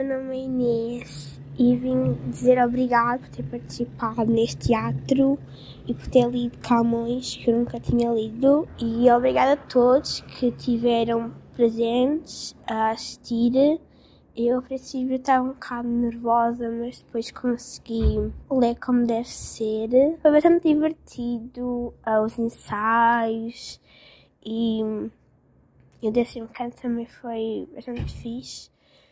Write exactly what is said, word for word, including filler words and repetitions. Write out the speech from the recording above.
Meu nome é Inês e vim dizer obrigado por ter participado neste teatro e por ter lido Camões, que eu nunca tinha lido. E obrigada a todos que tiveram presentes a assistir. Eu, a princípio, estava um bocado nervosa, mas depois consegui ler como deve ser. Foi bastante divertido, uh, os ensaios e, e o décimo canto também foi bastante fixe.